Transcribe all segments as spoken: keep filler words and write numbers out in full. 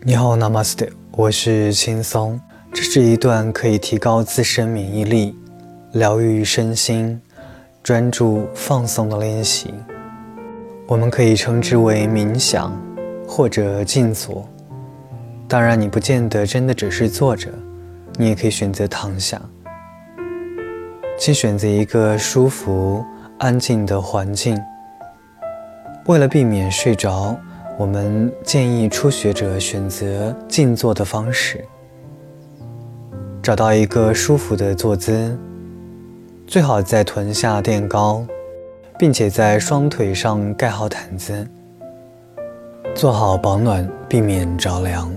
你好 Namaste， 我是轻松。这是一段可以提高自身免疫力、疗愈身心、专注放松的练习。我们可以称之为冥想或者静坐。当然你不见得真的只是坐着，你也可以选择躺下。请选择一个舒服安静的环境。为了避免睡着，我们建议初学者选择静坐的方式。找到一个舒服的坐姿，最好在臀下垫高，并且在双腿上盖好毯子，做好保暖，避免着凉。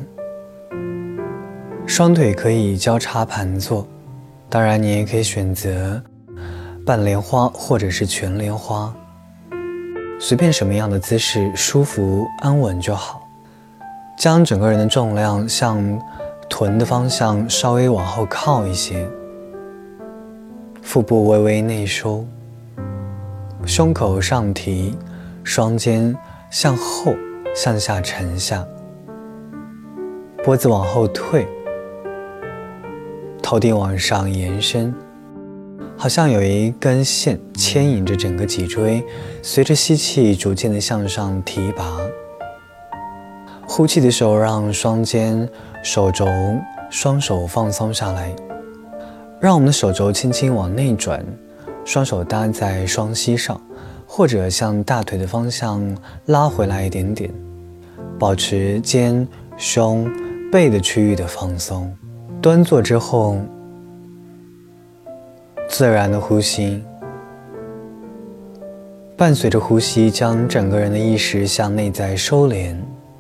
双腿可以交叉盘坐，当然你也可以选择半莲花或者是全莲花，随便什么样的姿势舒服安稳就好。将整个人的重量向臀的方向稍微往后靠一些，腹部微微内收，胸口上提，双肩向后向下沉下，脖子往后退，头顶往上延伸，好像有一根线牵引着整个脊椎，随着吸气逐渐的向上提拔。呼气的时候，让双肩、手肘、双手放松下来，让我们的手肘轻轻往内转，双手搭在双膝上，或者向大腿的方向拉回来一点点，保持肩、胸、背的区域的放松。端坐之后，自然的呼吸，伴随着呼吸，将整个人的意识向内在收敛，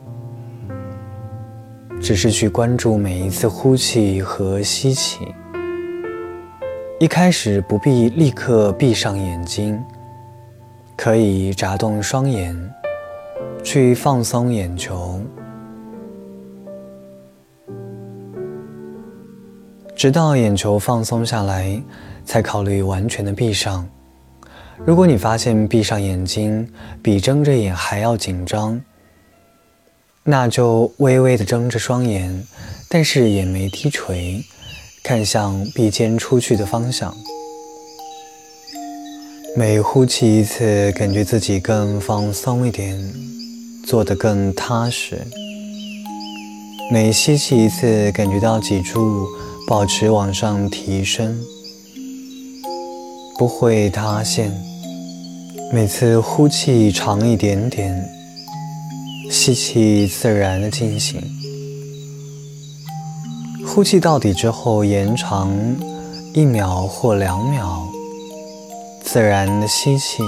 只是去关注每一次呼气和吸气。一开始不必立刻闭上眼睛，可以眨动双眼，去放松眼球，直到眼球放松下来，才考虑完全的闭上。如果你发现闭上眼睛比睁着眼还要紧张，那就微微地睁着双眼，但是眼眉低垂，看向鼻尖出去的方向。每呼气一次，感觉自己更放松一点，做得更踏实。每吸气一次，感觉到脊柱保持往上提升，不会塌陷。每次呼气长一点点，吸气自然的进行。呼气到底之后，延长一秒或两秒，自然的吸气。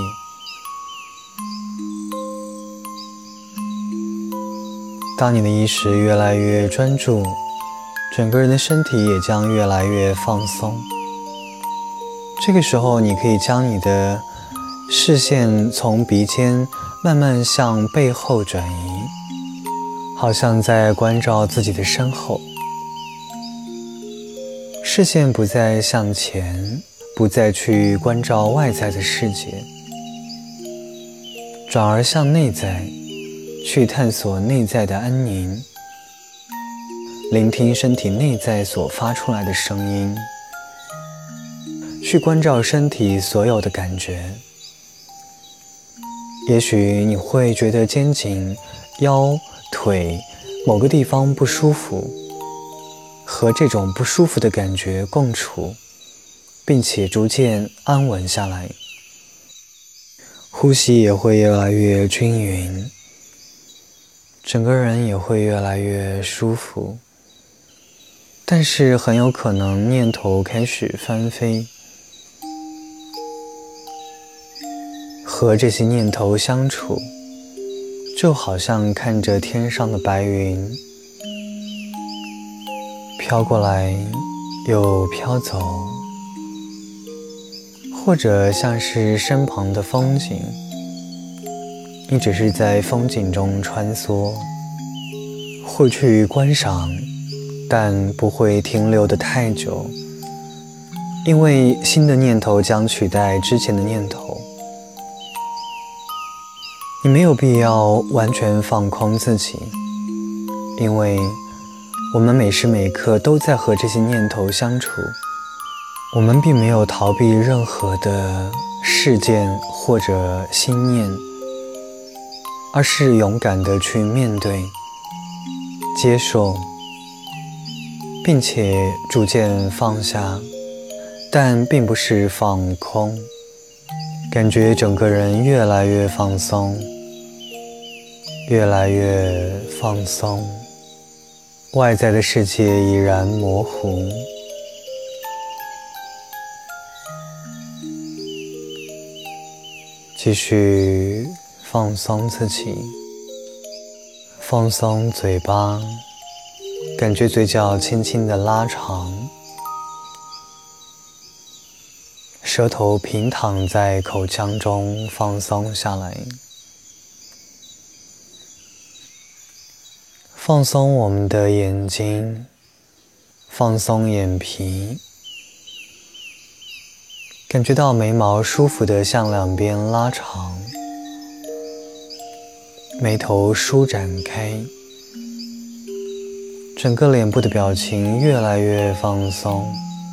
当你的意识越来越专注，整个人的身体也将越来越放松。这个时候，你可以将你的视线从鼻尖慢慢向背后转移，好像在关照自己的身后。视线不再向前，不再去关照外在的世界，转而向内在，去探索内在的安宁，聆听身体内在所发出来的声音，去关照身体所有的感觉。也许你会觉得肩颈、腰、腿某个地方不舒服，和这种不舒服的感觉共处，并且逐渐安稳下来。呼吸也会越来越均匀，整个人也会越来越舒服。但是很有可能念头开始翻飞，和这些念头相处，就好像看着天上的白云，飘过来又飘走，或者像是身旁的风景，你只是在风景中穿梭，会去观赏，但不会停留得太久，因为新的念头将取代之前的念头。你没有必要完全放空自己， 因为我们每时每刻都在和这些念头相处，我们并没有逃避任何的事件或者心念，而是勇敢地去面对、接受，并且逐渐放下，但并不是放空，感觉整个人越来越放松，越来越放松，外在的世界已然模糊。继续放松自己，放松嘴巴，感觉嘴角轻轻地拉长，舌头平躺在口腔中放松下来，放松我们的眼睛，放松眼皮，感觉到眉毛舒服地向两边拉长，眉头舒展开，整个脸部的表情越来越放松，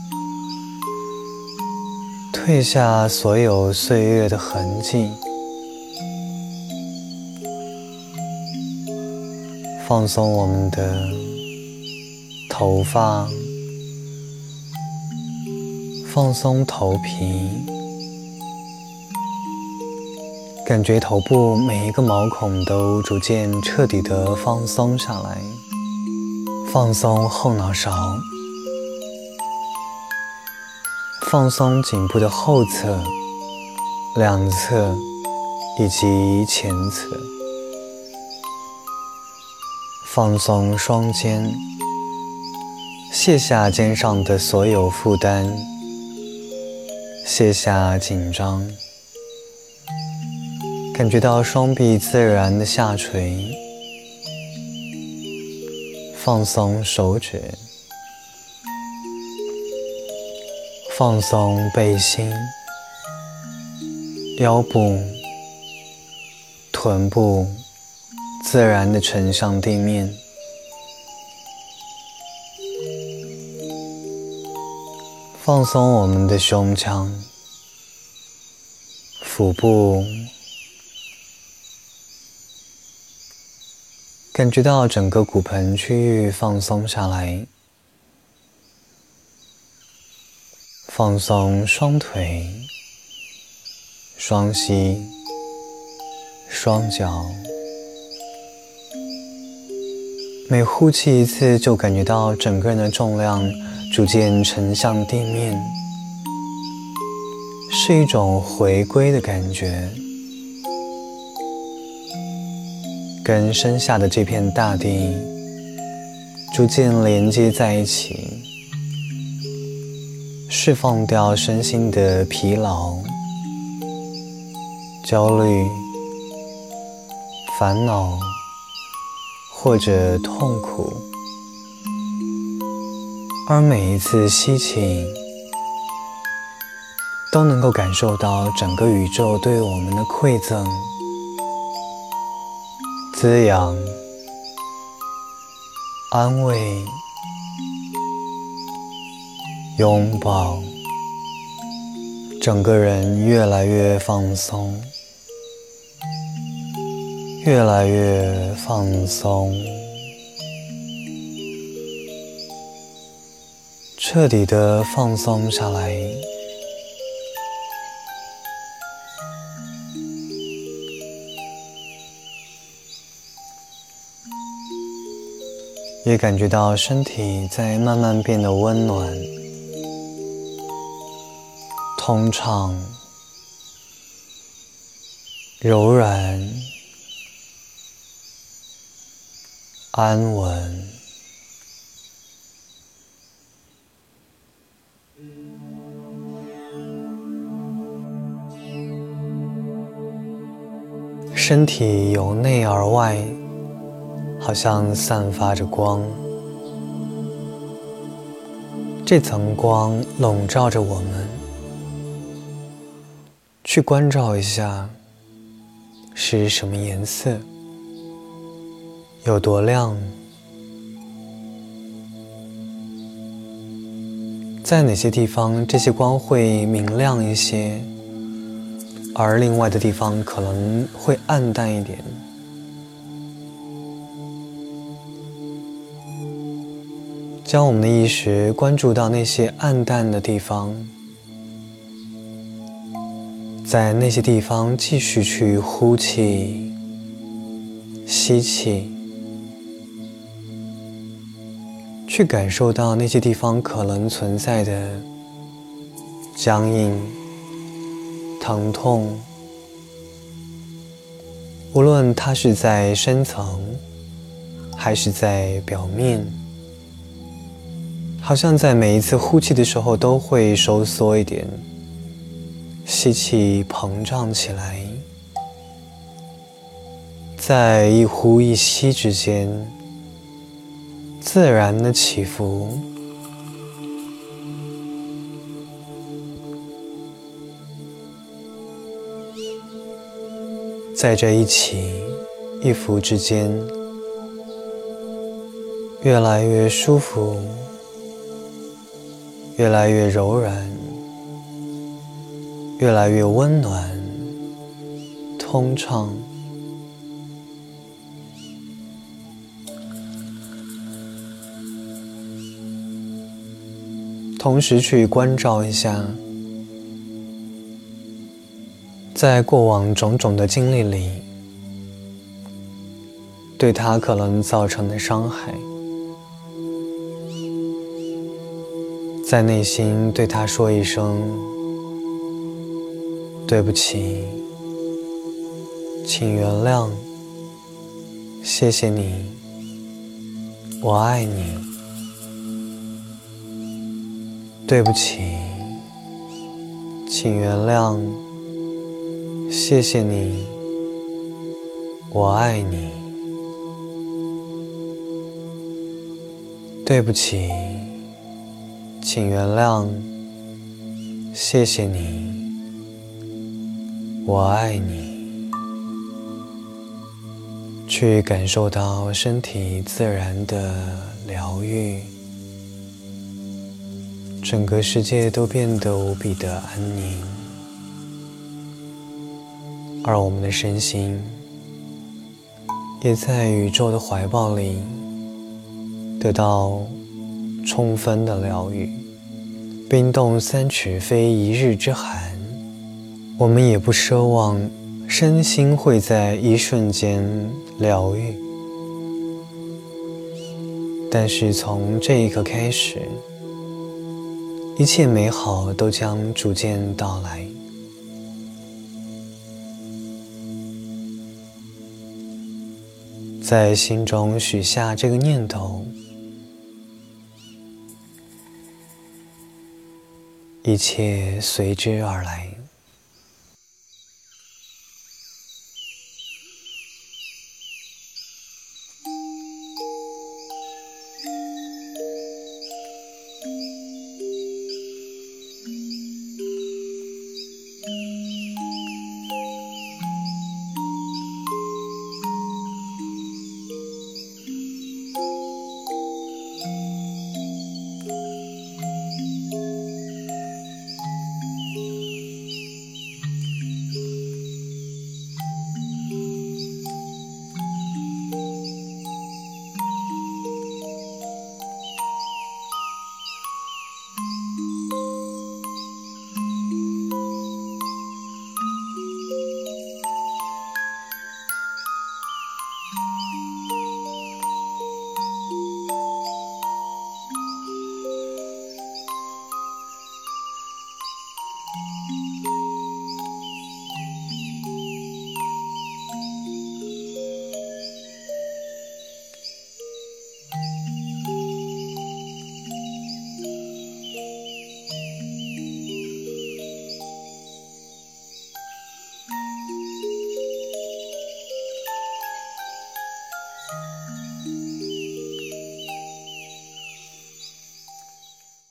褪下所有岁月的痕迹，放松我们的头发，放松头皮，感觉头部每一个毛孔都逐渐彻底地放松下来，放松后脑勺，放松颈部的后侧、两侧以及前侧，放松双肩，卸下肩上的所有负担，卸下紧张，感觉到双臂自然的下垂，放松手指，放松背心、腰部、臀部，自然地沉向地面，放松我们的胸腔、腹部，感觉到整个骨盆区域放松下来，放松双腿、双膝、双脚，每呼气一次就感觉到整个人的重量逐渐沉向地面，是一种回归的感觉，跟身下的这片大地逐渐连接在一起，释放掉身心的疲劳、焦虑、烦恼或者痛苦，而每一次吸气都能够感受到整个宇宙对我们的馈赠、滋养、安慰、拥抱，整个人越来越放松，越来越放松，彻底的放松下来，也感觉到身体在慢慢变得温暖、通畅、柔软、安稳。身体由内而外好像散发着光，这层光笼罩着我们，去关照一下是什么颜色，有多亮， 在哪些地方这些光会明亮一些，而另外的地方可能会暗淡一点。将我们的意识关注到那些暗淡的地方，在那些地方继续去呼气、吸气，去感受到那些地方可能存在的僵硬、疼痛，无论它是在深层还是在表面，好像在每一次呼气的时候都会收缩一点，吸气膨胀起来，在一呼一吸之间自然的起伏。在这一起一伏之间，越来越舒服，越来越柔软，越来越温暖、通畅。同时去关照一下，在过往种种的经历里，对他可能造成的伤害，在内心对他说一声对不起，请原谅，谢谢你，我爱你。对不起，请原谅，谢谢你，我爱你。对不起，请原谅，谢谢你，我爱你。去感受到身体自然的疗愈，整个世界都变得无比的安宁，而我们的身心也在宇宙的怀抱里得到充分的疗愈。冰冻三尺非一日之寒，我们也不奢望身心会在一瞬间疗愈，但是从这一刻开始，一切美好都将逐渐到来。在心中许下这个念头，一切随之而来。